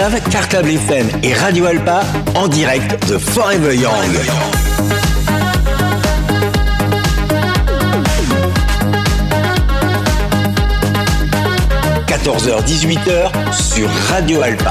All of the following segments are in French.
Octave, Cartable FM et Radio Alpa en direct de Forever Young. 14h-18h sur Radio Alpa.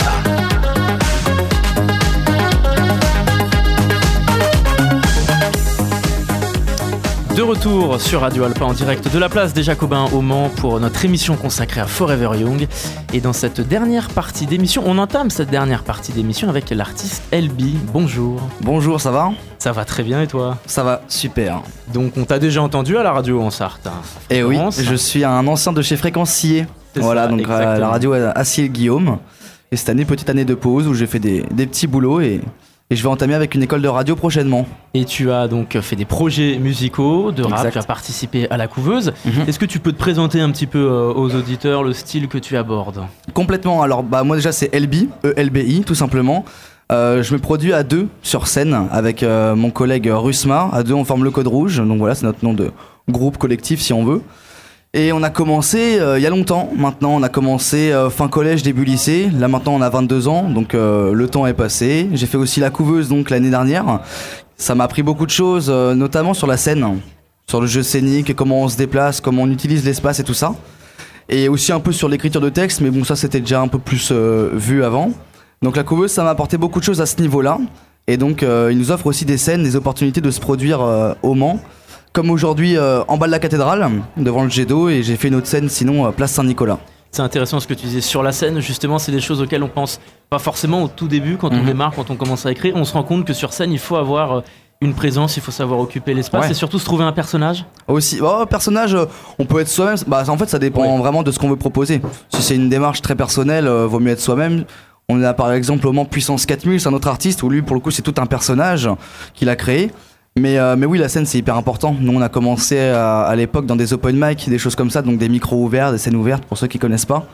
De retour sur Radio Alpa en direct de la place des Jacobins au Mans pour notre émission consacrée à Forever Young. Et dans cette dernière partie d'émission, on entame cette dernière partie d'émission avec l'artiste LB. Bonjour. Bonjour, ça va ? Ça va très bien et toi ? Ça va, super. Donc on t'a déjà entendu à la radio en Sarthe. Et oui, je suis un ancien de chez Fréquencier. Voilà, ça, donc exactement. la radio à Acier-Guillaume. Et cette année, petite année de pause où j'ai fait des petits boulots et je vais entamer avec une école de radio prochainement. Et tu as donc fait des projets musicaux de rap, Exact. tu as participé à la couveuse. Mhm. Est-ce que tu peux te présenter un petit peu aux auditeurs le style que tu abordes ? Complètement, alors moi déjà c'est LB, E-L-B-I tout simplement. Je me produis à deux sur scène avec mon collègue Rusma. À deux on forme le Code Rouge, donc voilà c'est notre nom de groupe collectif si on veut. Et on a commencé il y a longtemps maintenant, on a commencé fin collège, début lycée. Là maintenant on a 22 ans, donc le temps est passé. J'ai fait aussi la couveuse donc l'année dernière. Ça m'a appris beaucoup de choses, notamment sur la scène, sur le jeu scénique, comment on se déplace, comment on utilise l'espace et tout ça. Et aussi un peu sur l'écriture de texte, mais bon ça c'était déjà un peu plus vu avant. Donc la couveuse ça m'a apporté beaucoup de choses à ce niveau-là. Et donc il nous offre aussi des scènes, des opportunités de se produire au Mans. Comme aujourd'hui en bas de la cathédrale, devant le jet d'eau, et j'ai fait une autre scène sinon place Saint-Nicolas. C'est intéressant ce que tu disais sur la scène, justement c'est des choses auxquelles on pense pas forcément au tout début quand on démarre, quand on commence à écrire. On se rend compte que sur scène il faut avoir une présence, il faut savoir occuper l'espace et surtout se trouver un personnage. Aussi, personnage, on peut être soi-même, en fait ça dépend vraiment de ce qu'on veut proposer. Si c'est une démarche très personnelle, vaut mieux être soi-même. On a par exemple au Mans Puissance 4000, c'est un autre artiste où lui pour le coup c'est tout un personnage qu'il a créé. Mais oui, la scène c'est hyper important. Nous on a commencé à l'époque dans des open mic, des choses comme ça, donc des micros ouverts, des scènes ouvertes pour ceux qui connaissent pas.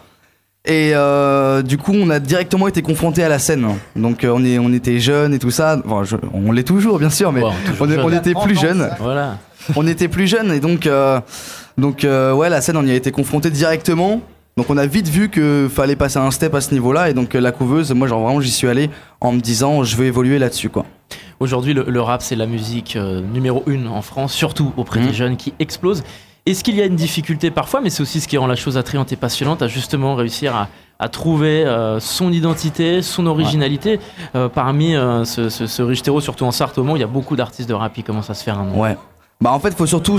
Et du coup on a directement été confrontés à la scène. Donc on était jeunes et tout ça. Enfin, on l'est toujours bien sûr, mais on était plus jeunes. Voilà. On était plus jeunes et donc la scène on y a été confrontés directement. Donc on a vite vu qu'il fallait passer un step à ce niveau-là. Et donc la couveuse, moi genre vraiment j'y suis allé en me disant je veux évoluer là-dessus quoi. Aujourd'hui, le rap, c'est la musique numéro 1 en France, surtout auprès des jeunes qui explosent. Est-ce qu'il y a une difficulté parfois, mais c'est aussi ce qui rend la chose attrayante et passionnante, à justement réussir à trouver son identité, son originalité parmi ce riche terreau, surtout en Sarthe au Mans, il y a beaucoup d'artistes de rap qui commencent à se faire un nom. Ouais. En fait, il faut surtout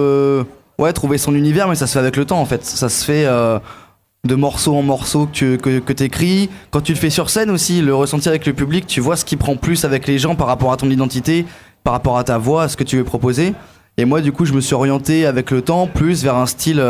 trouver son univers, mais ça se fait avec le temps en fait. Ça se fait de morceau en morceau que t'écris. Quand tu le fais sur scène aussi, le ressentir avec le public, tu vois ce qui prend plus avec les gens par rapport à ton identité, par rapport à ta voix, à ce que tu veux proposer. Et moi du coup je me suis orienté avec le temps plus vers un style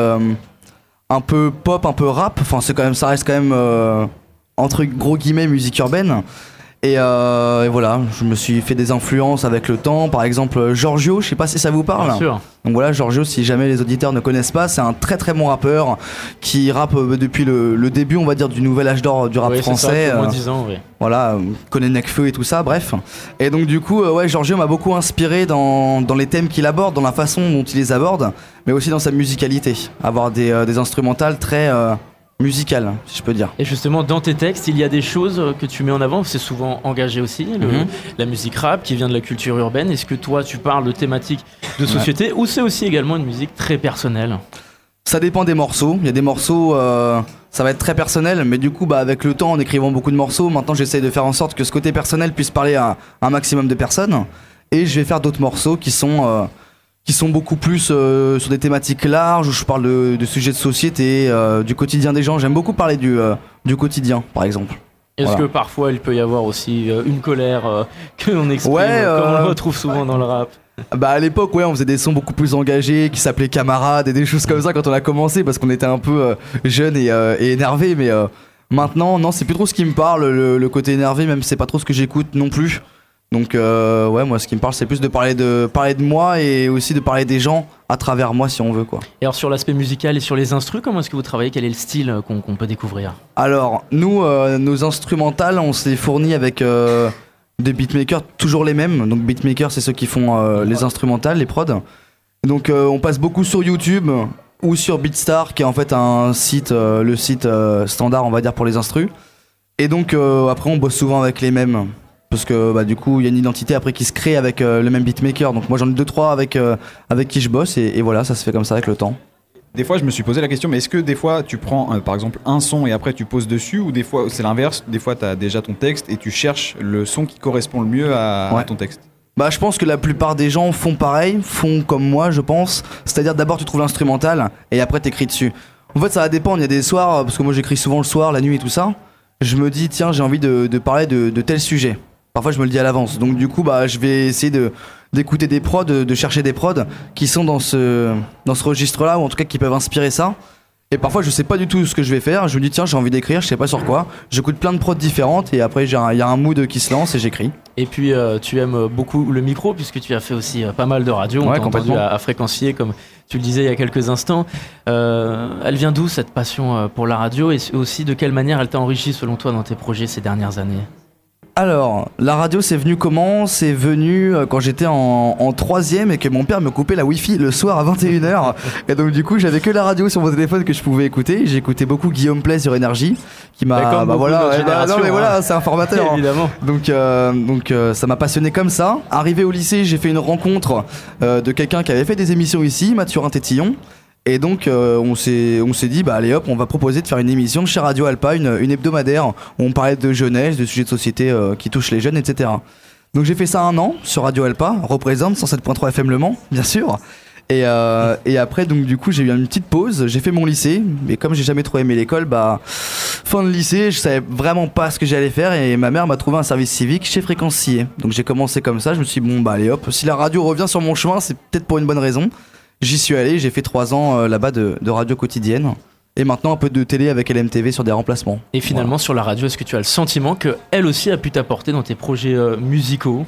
un peu pop, un peu rap. Enfin ça reste quand même entre gros guillemets musique urbaine. Et voilà, je me suis fait des influences avec le temps. Par exemple Giorgio, je sais pas si ça vous parle. Bien sûr. Donc voilà, Giorgio, si jamais les auditeurs ne connaissent pas, c'est un très très bon rappeur qui rappe depuis le début, on va dire, du nouvel âge d'or du rap français. C'est ça, moins 10 ans, oui. Voilà, connaît Nekfeu et tout ça, bref. Et donc du coup, Giorgio m'a beaucoup inspiré dans les thèmes qu'il aborde, dans la façon dont il les aborde, mais aussi dans sa musicalité. Avoir des instrumentales très musicales, si je peux dire. Et justement, dans tes textes, il y a des choses que tu mets en avant, c'est souvent engagé aussi, la musique rap qui vient de la culture urbaine. Est-ce que toi, tu parles de thématiques de société ou c'est aussi également une musique très personnelle ? Ça dépend des morceaux. Il y a des morceaux, ça va être très personnel, mais du coup, avec le temps, en écrivant beaucoup de morceaux, maintenant j'essaye de faire en sorte que ce côté personnel puisse parler à un maximum de personnes. Et je vais faire d'autres morceaux qui sont beaucoup plus sur des thématiques larges, où je parle de sujets de société, du quotidien des gens. J'aime beaucoup parler du quotidien, par exemple. Est-ce que parfois il peut y avoir aussi une colère que l'on exprime, comme on le retrouve souvent dans le rap ? À l'époque, on faisait des sons beaucoup plus engagés qui s'appelaient Camarades et des choses comme ça quand on a commencé parce qu'on était un peu jeunes et énervés. Mais maintenant, non, c'est plus trop ce qui me parle, le côté énervé, même c'est pas trop ce que j'écoute non plus. Donc moi ce qui me parle c'est plus de parler de moi et aussi de parler des gens à travers moi si on veut quoi. Et alors sur l'aspect musical et sur les instrus, comment est-ce que vous travaillez ? Quel est le style qu'on peut découvrir ? Alors nous nos instrumentales on s'est fournis avec des beatmakers toujours les mêmes. Donc beatmakers c'est ceux qui font les instrumentales, les prods. Donc on passe beaucoup sur YouTube ou sur Beatstar qui est en fait un site le site standard on va dire pour les instrus. Et donc après on bosse souvent avec les mêmes. Parce que bah, du coup il y a une identité après qui se crée avec le même beatmaker. Donc moi j'en ai 2-3 avec qui je bosse et voilà, ça se fait comme ça avec le temps. Des fois, je me suis posé la question, mais est-ce que des fois, tu prends par exemple un son et après tu poses dessus, ou des fois, c'est l'inverse, des fois, tu as déjà ton texte et tu cherches le son qui correspond le mieux à ton texte? Bah, je pense que la plupart des gens font pareil, font comme moi, je pense. C'est-à-dire d'abord tu trouves l'instrumental et après t'écris dessus. En fait, ça va dépendre. Il y a des soirs, parce que moi j'écris souvent le soir, la nuit et tout ça. Je me dis, tiens, j'ai envie de parler de tel sujet. Parfois, je me le dis à l'avance. Donc, du coup, bah, je vais essayer d'écouter des prods, de chercher des prods qui sont dans ce registre-là, ou en tout cas qui peuvent inspirer ça. Et parfois, je sais pas du tout ce que je vais faire. Je me dis, tiens, j'ai envie d'écrire, je sais pas sur quoi. J'écoute plein de prods différentes et après, il y a un mood qui se lance et j'écris. Et puis, tu aimes beaucoup le micro, puisque tu as fait aussi pas mal de radio. On t'a entendu à Fréquencier, comme tu le disais il y a quelques instants. Elle vient d'où cette passion pour la radio, et aussi de quelle manière elle t'a enrichi selon toi dans tes projets ces dernières années? Alors, la radio, c'est venu comment? C'est venu quand j'étais en 3ème et que mon père me coupait la Wi-Fi le soir à 21h. Et donc, du coup, j'avais que la radio sur mon téléphone que je pouvais écouter. J'écoutais beaucoup Guillaume Play sur Énergie, qui m'a. Bah voilà, non, mais voilà, c'est un formateur. Évidemment. Donc, ça m'a passionné comme ça. Arrivé au lycée, j'ai fait une rencontre de quelqu'un qui avait fait des émissions ici, Mathurin-Tétillon. Et donc on s'est dit bah allez hop, on va proposer de faire une émission chez Radio Alpa, une hebdomadaire où on parlait de jeunesse, de sujets de société qui touchent les jeunes, etc. Donc j'ai fait ça 1 an sur Radio Alpa, représente 107.3 FM Le Mans, bien sûr. Et après donc du coup j'ai eu une petite pause, j'ai fait mon lycée, mais comme j'ai jamais trop aimé l'école, bah fin de lycée, je savais vraiment pas ce que j'allais faire et ma mère m'a trouvé un service civique chez Fréquencier. Donc j'ai commencé comme ça, je me suis dit bon bah allez hop, si la radio revient sur mon chemin, c'est peut-être pour une bonne raison. J'y suis allé, j'ai fait 3 ans là-bas de radio quotidienne. Et maintenant un peu de télé avec LMTV sur des remplacements. Et finalement sur la radio, est-ce que tu as le sentiment qu'elle aussi a pu t'apporter dans tes projets musicaux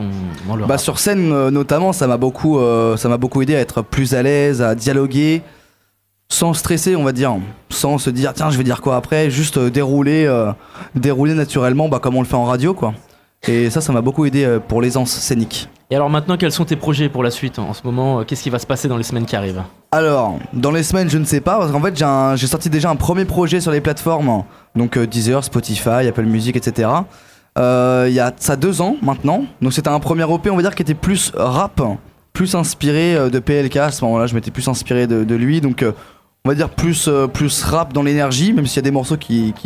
Bah sur scène notamment, ça m'a beaucoup aidé à être plus à l'aise, à dialoguer, sans stresser on va dire, sans se dire tiens je vais dire quoi après, juste dérouler naturellement comme on le fait en radio quoi. Et ça m'a beaucoup aidé pour l'aisance scénique. Et alors maintenant, quels sont tes projets pour la suite en ce moment? Qu'est-ce qui va se passer dans les semaines qui arrivent? Alors, dans les semaines, je ne sais pas, parce qu'en fait, j'ai sorti déjà un premier projet sur les plateformes, donc Deezer, Spotify, Apple Music, etc. Il y a ça 2 ans maintenant, donc c'était un premier EP, on va dire, qui était plus rap, plus inspiré de PLK. À ce moment-là, je m'étais plus inspiré de lui, donc on va dire plus rap dans l'énergie, même s'il y a des morceaux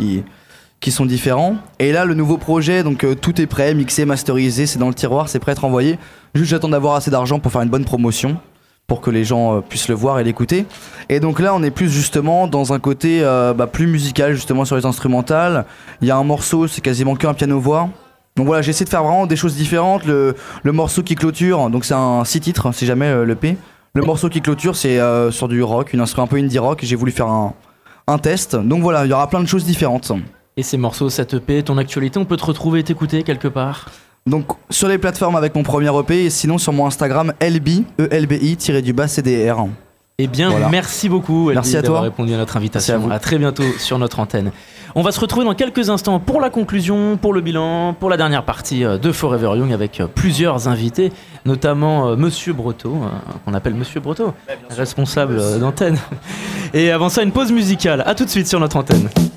qui sont différents. Et là le nouveau projet, donc tout est prêt, mixé, masterisé, c'est dans le tiroir, c'est prêt à être envoyé. Juste j'attends d'avoir assez d'argent pour faire une bonne promotion, pour que les gens puissent le voir et l'écouter. Et donc là on est plus justement dans un côté plus musical, justement sur les instrumentales. Il y a un morceau, c'est quasiment qu'un piano-voix. Donc voilà, j'ai essayé de faire vraiment des choses différentes. Le morceau qui clôture, donc c'est un 6 titres, si jamais l'EP. Le morceau qui clôture c'est sur du rock, une instru un peu indie rock. J'ai voulu faire un test. Donc voilà, il y aura plein de choses différentes. Et ces morceaux, cette EP, ton actualité, on peut te retrouver et t'écouter quelque part? Donc sur les plateformes avec mon premier EP et sinon sur mon Instagram LB, ELBI-CDR. Eh bien, voilà. Merci beaucoup, merci à toi d'avoir répondu à notre invitation. À très bientôt sur notre antenne. On va se retrouver dans quelques instants pour la conclusion, pour le bilan, pour la dernière partie de Forever Young avec plusieurs invités, notamment Monsieur Breteau, qu'on appelle Monsieur Breteau, responsable d'antenne. Et avant ça, une pause musicale. À tout de suite sur notre antenne.